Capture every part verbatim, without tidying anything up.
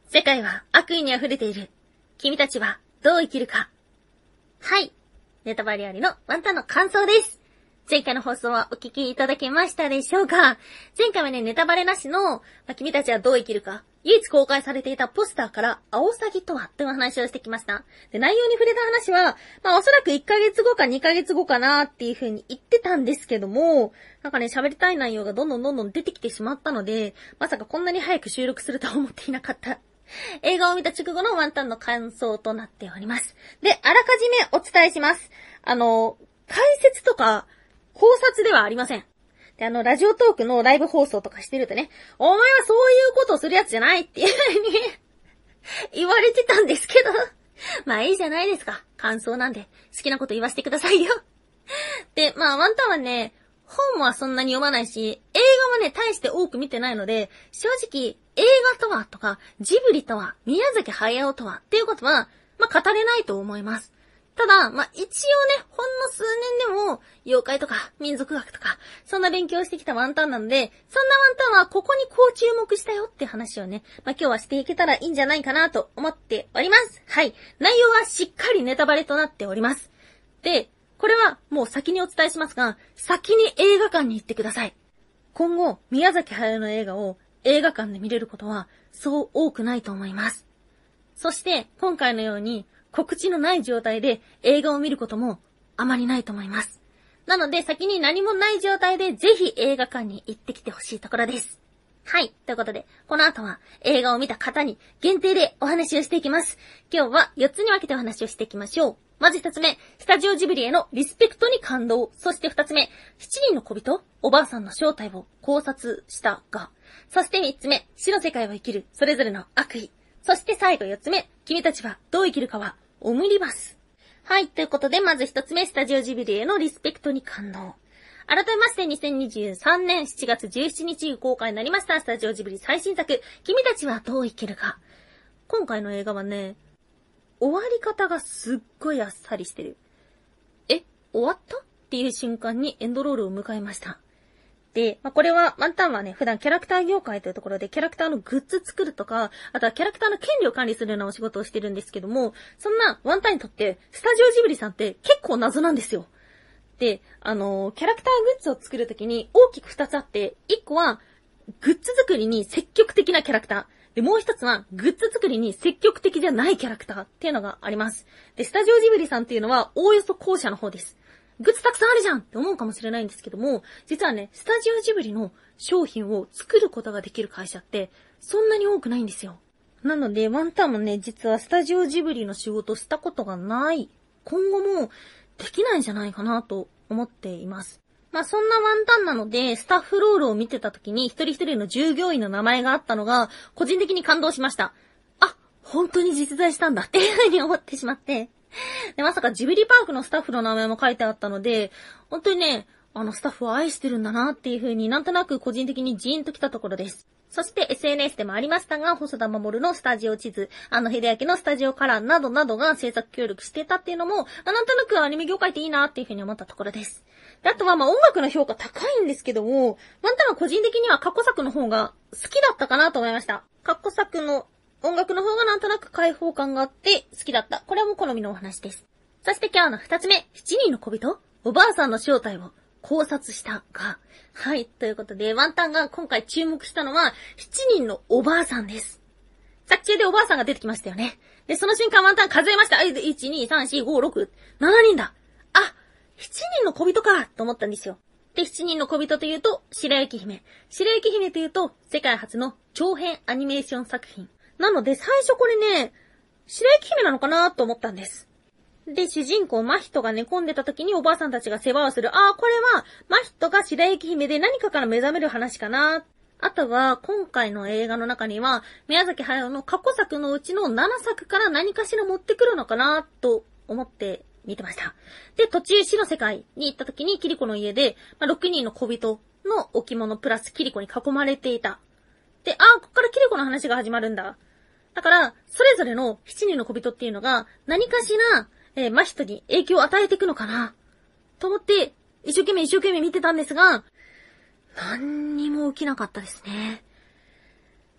世界は悪意に溢れている。君たちはどう生きるか。はい。ネタバレありのワンタンの感想です。前回の放送はお聞きいただけましたでしょうか？前回はね、ネタバレなしの、まあ、君たちはどう生きるか。唯一公開されていたポスターから、アオサギとはという話をしてきました。で、内容に触れた話は、まあおそらくいっかげつごかにかげつごかなっていう風に言ってたんですけども、なんかね、喋りたい内容がどんどんどんどん出てきてしまったので、まさかこんなに早く収録するとは思っていなかった。映画を見た直後のワンタンの感想となっております。で、あらかじめお伝えします。あの、解説とか考察ではありません。で、あの、ラジオトークのライブ放送とかしてるとね、お前はそういうことをするやつじゃないっていう風に言われてたんですけど、まあいいじゃないですか。感想なんで、好きなこと言わせてくださいよ。で、まあワンタンはね、本はそんなに読まないし、映画はね、大して多く見てないので、正直、映画とはとか、ジブリとは、宮崎駿とはっていうことは、まあ語れないと思います。ただ、まあ一応ね、ほんの数年でも、妖怪とか、民族学とか、そんな勉強してきたワンタンなので、そんなワンタンはここにこう注目したよって話をね、まあ今日はしていけたらいいんじゃないかなと思っております。はい。内容はしっかりネタバレとなっております。で、これはもう先にお伝えしますが、先に映画館に行ってください。今後、宮崎駿の映画を映画館で見れることはそう多くないと思います。そして、今回のように告知のない状態で映画を見ることもあまりないと思います。なので、先に何もない状態でぜひ映画館に行ってきてほしいところです。はい。ということで、この後は映画を見た方に限定でお話をしていきます。今日はよっつに分けてお話をしていきましょう。まず一つ目、スタジオジブリへのリスペクトに感動。そして二つ目、七人の小人、おばあさんの正体を考察したが。そして三つ目、死の世界を生きる、それぞれの悪意。そして最後四つ目、君たちはどう生きるかは、オムニバス。はい、ということで、まず一つ目、スタジオジブリへのリスペクトに感動。改めましてにせんにじゅうさんねんしちがつじゅうしちにち公開になりましたスタジオジブリ最新作、君たちはどう生きるか。今回の映画はね、終わり方がすっごいあっさりしてる。え、終わったっていう瞬間にエンドロールを迎えました。で、まあ、これは、ワンタンはね、普段キャラクター業界というところでキャラクターのグッズ作るとか、あとはキャラクターの権利を管理するようなお仕事をしてるんですけども、そんなワンタンにとって、スタジオジブリさんって結構謎なんですよ。で、あのー、キャラクターグッズを作るときに大きく二つあって、一個は、グッズ作りに積極的なキャラクター。で、もう一つは、グッズ作りに積極的じゃないキャラクターっていうのがあります。で、スタジオジブリさんっていうのは、おおよそ後者の方です。グッズたくさんあるじゃんって思うかもしれないんですけども、実はね、スタジオジブリの商品を作ることができる会社って、そんなに多くないんですよ。なので、ワンタンもね、実はスタジオジブリの仕事したことがない。今後も、できないんじゃないかなと思っています。まあそんなワンタンなので、スタッフロールを見てた時に一人一人の従業員の名前があったのが、個人的に感動しました。あ、本当に実在したんだっていう風に思ってしまって。で、まさかジブリパークのスタッフの名前も書いてあったので、本当にね、あのスタッフを愛してるんだなっていう風になんとなく個人的にジーンときたところです。そして エスエヌエス でもありましたが、細田守のスタジオ地図、あの秀明のスタジオカラーなどなどが制作協力してたっていうのも、なんとなくアニメ業界っていいなっていう風に思ったところです。で、あとはまあ音楽の評価高いんですけども、ワンタンは個人的には過去作の方が好きだったかなと思いました。過去作の音楽の方がなんとなく開放感があって好きだった。これはもう好みのお話です。そして今日の二つ目、七人の小人、おばあさんの正体を考察したが、はい、ということで、ワンタンが今回注目したのは、七人のおばあさんです。作中でおばあさんが出てきましたよね。で、その瞬間ワンタン数えました。いち、に、さん、よん、ご、ろく、しちにんだ。あ、しちにんの小人かと思ったんですよ。で、しちにんの小人というと、白雪姫。白雪姫というと、世界初の長編アニメーション作品。なので、最初これね、白雪姫なのかなと思ったんです。で、主人公マヒトが寝込んでた時におばあさんたちが世話をする。ああ、これは、マヒトが白雪姫で何かから目覚める話かな。あとは、今回の映画の中には、宮崎駿の過去作のうちのななさくから何かしら持ってくるのかな、と思って見てました。で、途中死の世界に行った時にキリコの家で、まあ、ろくにんの小人の置物プラスキリコに囲まれていた。で、ああ、こっからキリコの話が始まるんだ。だから、それぞれのしちにんの小人っていうのが、何かしら、えー、マヒトに影響を与えていくのかなと思って、一生懸命一生懸命見てたんですが、何にも起きなかったですね。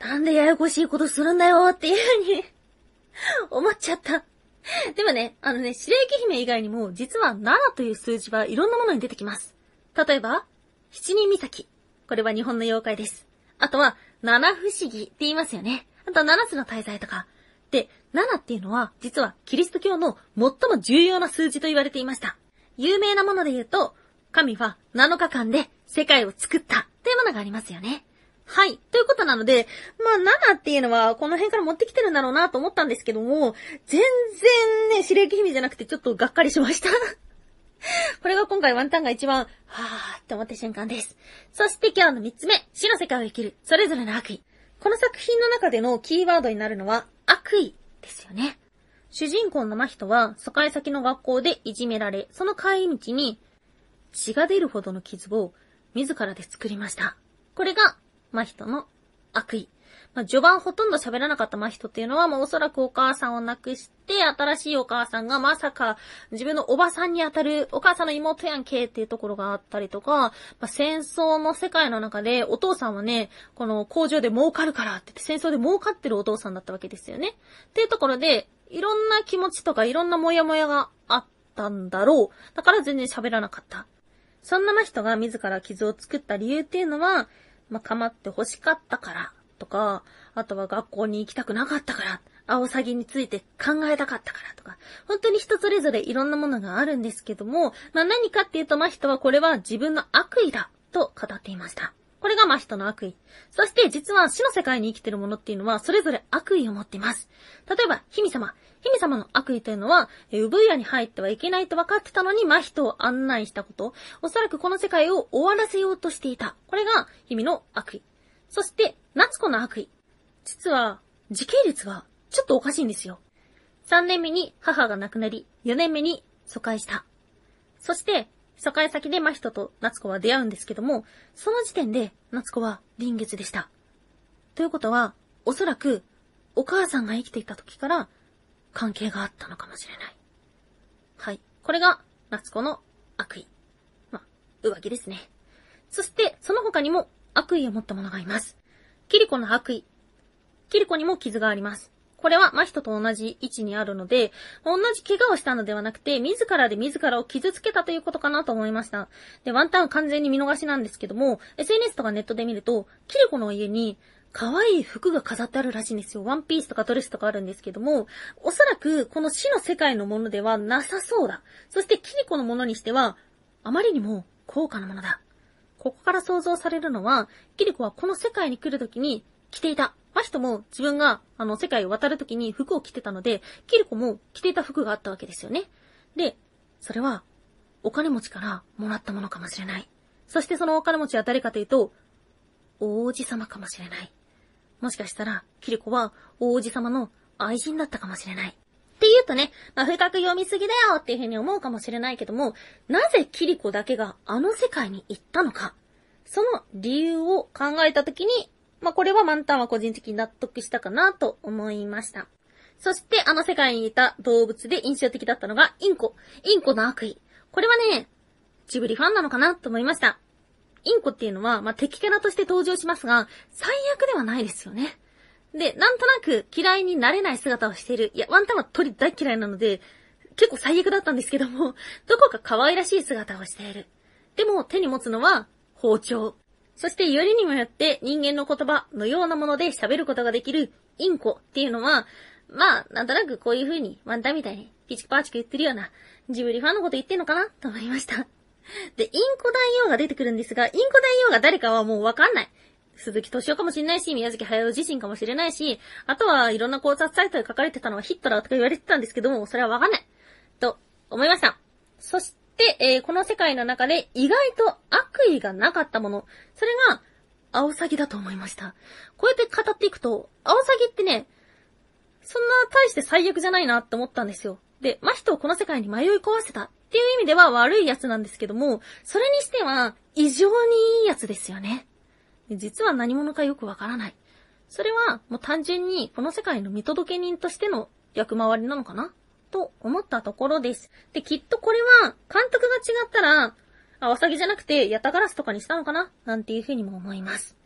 なんでややこしいことするんだよっていう風に思っちゃった。でもね、あのね、白雪姫以外にも、実はななという数字はいろんなものに出てきます。例えば、七人岬。これは日本の妖怪です。あとは、七不思議って言いますよね。あとは七つの大罪とか。で、ななっていうのは、実はキリスト教の最も重要な数字と言われていました。有名なもので言うと、神はなのかかんで世界を作ったというものがありますよね。はい。ということなので、まあ、ななっていうのはこの辺から持ってきてるんだろうなと思ったんですけども、全然ね、白雪姫じゃなくてちょっとがっかりしました。これが今回ワンタンが一番、はーって思った瞬間です。そして今日の三つ目、死の世界を生きる、それぞれの悪意。この作品の中でのキーワードになるのは、悪意ですよね。主人公の真人は、疎開先の学校でいじめられ、その帰り道に、血が出るほどの傷を自らで作りました。これが、真人の悪意。まあ、序盤ほとんど喋らなかった真人っていうのはもうおそらくお母さんを亡くして、新しいお母さんがまさか自分のおばさんにあたるお母さんの妹やんけっていうところがあったりとか、まあ、戦争の世界の中でお父さんはね、この工場で儲かるからって言って戦争で儲かってるお父さんだったわけですよね。っていうところで、いろんな気持ちとかいろんなモヤモヤがあったんだろう。だから全然喋らなかった。そんな真人が自ら傷を作った理由っていうのは、まあ、構って欲しかったから。とか、あとは学校に行きたくなかったから、アオサギについて考えたかったからとか、本当に人それぞれいろんなものがあるんですけども、まあ何かっていうと真人はこれは自分の悪意だと語っていました。これが真人の悪意。そして実は死の世界に生きているものっていうのはそれぞれ悪意を持っています。例えば、姫様。姫様の悪意というのは、産屋に入ってはいけないと分かってたのに真人を案内したこと。おそらくこの世界を終わらせようとしていた。これが姫の悪意。そして、夏子の悪意。実は、時系列がちょっとおかしいんですよ。さんねんめに母が亡くなり、よねんめに疎開した。そして、疎開先で真人と夏子は出会うんですけども、その時点で夏子は臨月でした。ということは、おそらく、お母さんが生きていた時から関係があったのかもしれない。はい。これが夏子の悪意。まあ、浮気ですね。そして、その他にも、悪意を持ったものがいます。キリコの悪意。キリコにも傷があります。これは真人と同じ位置にあるので、同じ怪我をしたのではなくて、自らで自らを傷つけたということかなと思いました。で、ワンタン完全に見逃しなんですけども、エスエヌエス とかネットで見ると、キリコの家に可愛い服が飾ってあるらしいんですよ。ワンピースとかドレスとかあるんですけども、おそらくこの死の世界のものではなさそうだ。そしてキリコのものにしては、あまりにも高価なものだ。ここから想像されるのは、キリコはこの世界に来るときに着ていた。真人も自分があの世界を渡るときに服を着てたので、キリコも着ていた服があったわけですよね。で、それはお金持ちからもらったものかもしれない。そしてそのお金持ちは誰かというと、王子様かもしれない。もしかしたら、キリコは王子様の愛人だったかもしれない。って言うとね、まあ、深く読みすぎだよっていうふうに思うかもしれないけども、なぜキリコだけがあの世界に行ったのか、その理由を考えたときに、まあ、これはマンタンは個人的に納得したかなと思いました。そしてあの世界にいた動物で印象的だったのがインコ。インコの悪意。これはね、ジブリファンなのかなと思いました。インコっていうのは、まあ、敵キャラとして登場しますが、最悪ではないですよね。で、なんとなく嫌いになれない姿をしている。いや、ワンタンは鳥大嫌いなので、結構最悪だったんですけども、どこか可愛らしい姿をしている。でも手に持つのは包丁。そしてよりにもよって人間の言葉のようなもので喋ることができるインコっていうのは、まあ、なんとなくこういう風にワンタンみたいにピチクパチク言ってるようなジブリファンのこと言ってんのかなと思いました。で、インコ大王が出てくるんですが、インコ大王が誰かはもうわかんない。鈴木敏夫かもしれないし、宮崎駿自身かもしれないし、あとはいろんな考察サイトで書かれてたのはヒットラーとか言われてたんですけども、それはわかんない。と思いました。そして、えー、この世界の中で意外と悪意がなかったもの、それが、アオサギだと思いました。こうやって語っていくと、アオサギってね、そんな大して最悪じゃないなって思ったんですよ。で、真人をこの世界に迷い込ませたっていう意味では悪いやつなんですけども、それにしては異常にいいやつですよね。実は何者かよくわからない。それはもう単純にこの世界の見届け人としての役回りなのかなと思ったところです。で、きっとこれは監督が違ったら、アオサギじゃなくてヤタガラスとかにしたのかななんていうふうにも思います。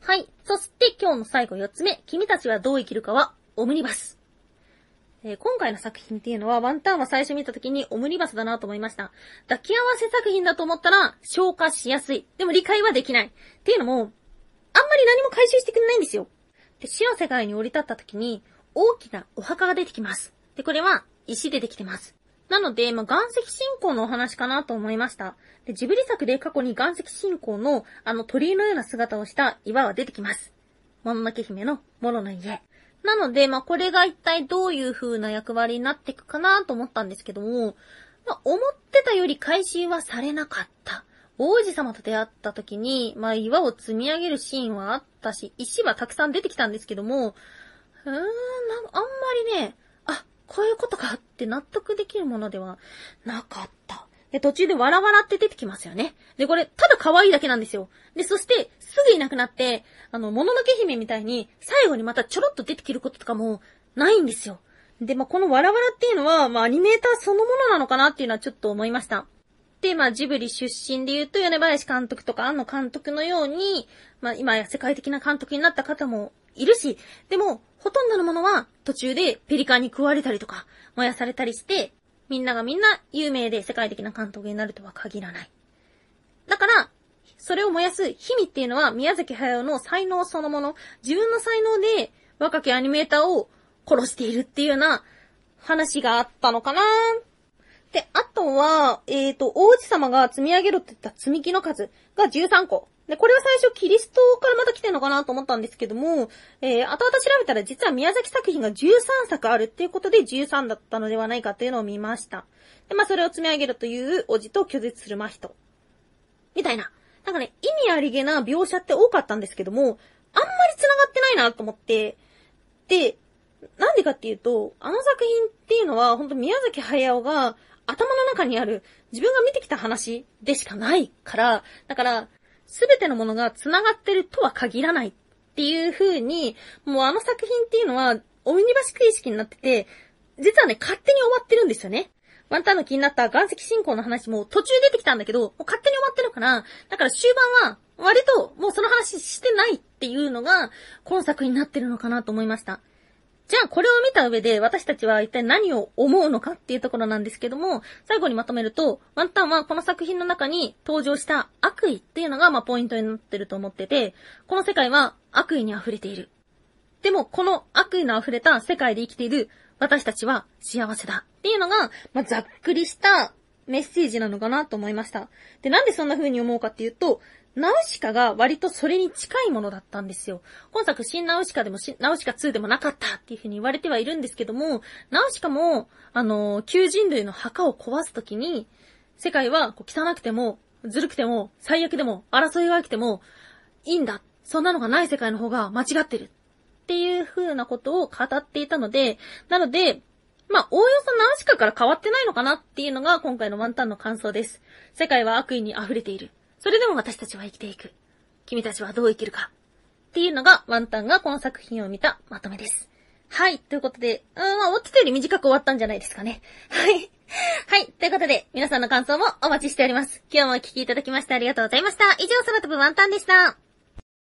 はい。そして今日の最後よっつめ、君たちはどう生きるかは、オムニバス。えー、今回の作品っていうのは、ワンタンは最初見た時にオムニバスだなと思いました。抱き合わせ作品だと思ったら、消化しやすい。でも理解はできない。っていうのも、あんまり何も回収してくれないんですよ。で、死の世界に降り立った時に、大きなお墓が出てきます。で、これは、石でできてます。なので、まあ、岩石信仰のお話かなと思いました。で、ジブリ作で過去に岩石信仰の、あの鳥居のような姿をした岩は出てきます。もののけ姫のモロの家。なので、まあ、これが一体どういう風な役割になっていくかなと思ったんですけども、まあ、思ってたより回収はされなかった。王子様と出会った時に、まあ、岩を積み上げるシーンはあったし、石はたくさん出てきたんですけども、うーん、なんあんまりね、あ、こういうことかって納得できるものではなかった。で、途中でわらわらって出てきますよね。で、これ、ただ可愛いだけなんですよ。で、そして、すぐいなくなって、あの、もののけ姫みたいに、最後にまたちょろっと出てくることとかも、ないんですよ。で、まあ、このわらわらっていうのは、まあ、アニメーターそのものなのかなっていうのはちょっと思いました。で、まあ、ジブリ出身で言うと、米林監督とか庵野監督のように、まあ、今や世界的な監督になった方もいるし、でも、ほとんどのものは、途中でペリカンに食われたりとか、燃やされたりして、みんながみんな有名で世界的な監督になるとは限らない。だから、それを燃やす秘密っていうのは宮崎駿の才能そのもの、自分の才能で若きアニメーターを殺しているっていうような話があったのかな。で、あとは、えっと、王子様が積み上げろって言った積み木の数がじゅうさんこ。で、これは最初キリストからまた来てんのかなと思ったんですけども、えー、後々調べたら実は宮崎作品がじゅうさんさくあるっていうことでじゅうさんだったのではないかっていうのを見ました。で、まあそれを積み上げるというおじと拒絶する真人。みたいな。なんかね、意味ありげな描写って多かったんですけども、あんまり繋がってないなと思って、で、なんでかっていうと、あの作品っていうのは本当宮崎駿が頭の中にある自分が見てきた話でしかないから、だから、すべてのものが繋がってるとは限らないっていう風に、もうあの作品っていうのは、オムニバス形式になってて、実はね、勝手に終わってるんですよね。ワンタンの気になった岩石信仰の話も途中出てきたんだけど、もう勝手に終わってるから、だから終盤は、割ともうその話してないっていうのが、今作になってるのかなと思いました。じゃあこれを見た上で私たちは一体何を思うのかっていうところなんですけども、最後にまとめると、ワンタンはこの作品の中に登場した悪意っていうのがまあポイントになってると思ってて、この世界は悪意に溢れている。でもこの悪意の溢れた世界で生きている私たちは幸せだっていうのが、まあ、ざっくりしたメッセージなのかなと思いました。で、なんでそんな風に思うかっていうと、ナウシカが割とそれに近いものだったんですよ。今作新ナウシカでもナウシカツーでもなかったっていう風に言われてはいるんですけども、ナウシカも、あの、旧人類の墓を壊すときに、世界はこう汚くても、ずるくても、最悪でも、争いが起きても、いいんだ。そんなのがない世界の方が間違ってる。っていう風なことを語っていたので、なので、まあ、おおよそナウシカから変わってないのかなっていうのが今回のワンタンの感想です。世界は悪意に溢れている。それでも私たちは生きていく。君たちはどう生きるか。っていうのがワンタンがこの作品を見たまとめです。はい。ということで、うん、まあ、思ってたより短く終わったんじゃないですかね。はい。はい。ということで、皆さんの感想もお待ちしております。今日もお聞きいただきましてありがとうございました。以上、空飛ぶワンタンでした。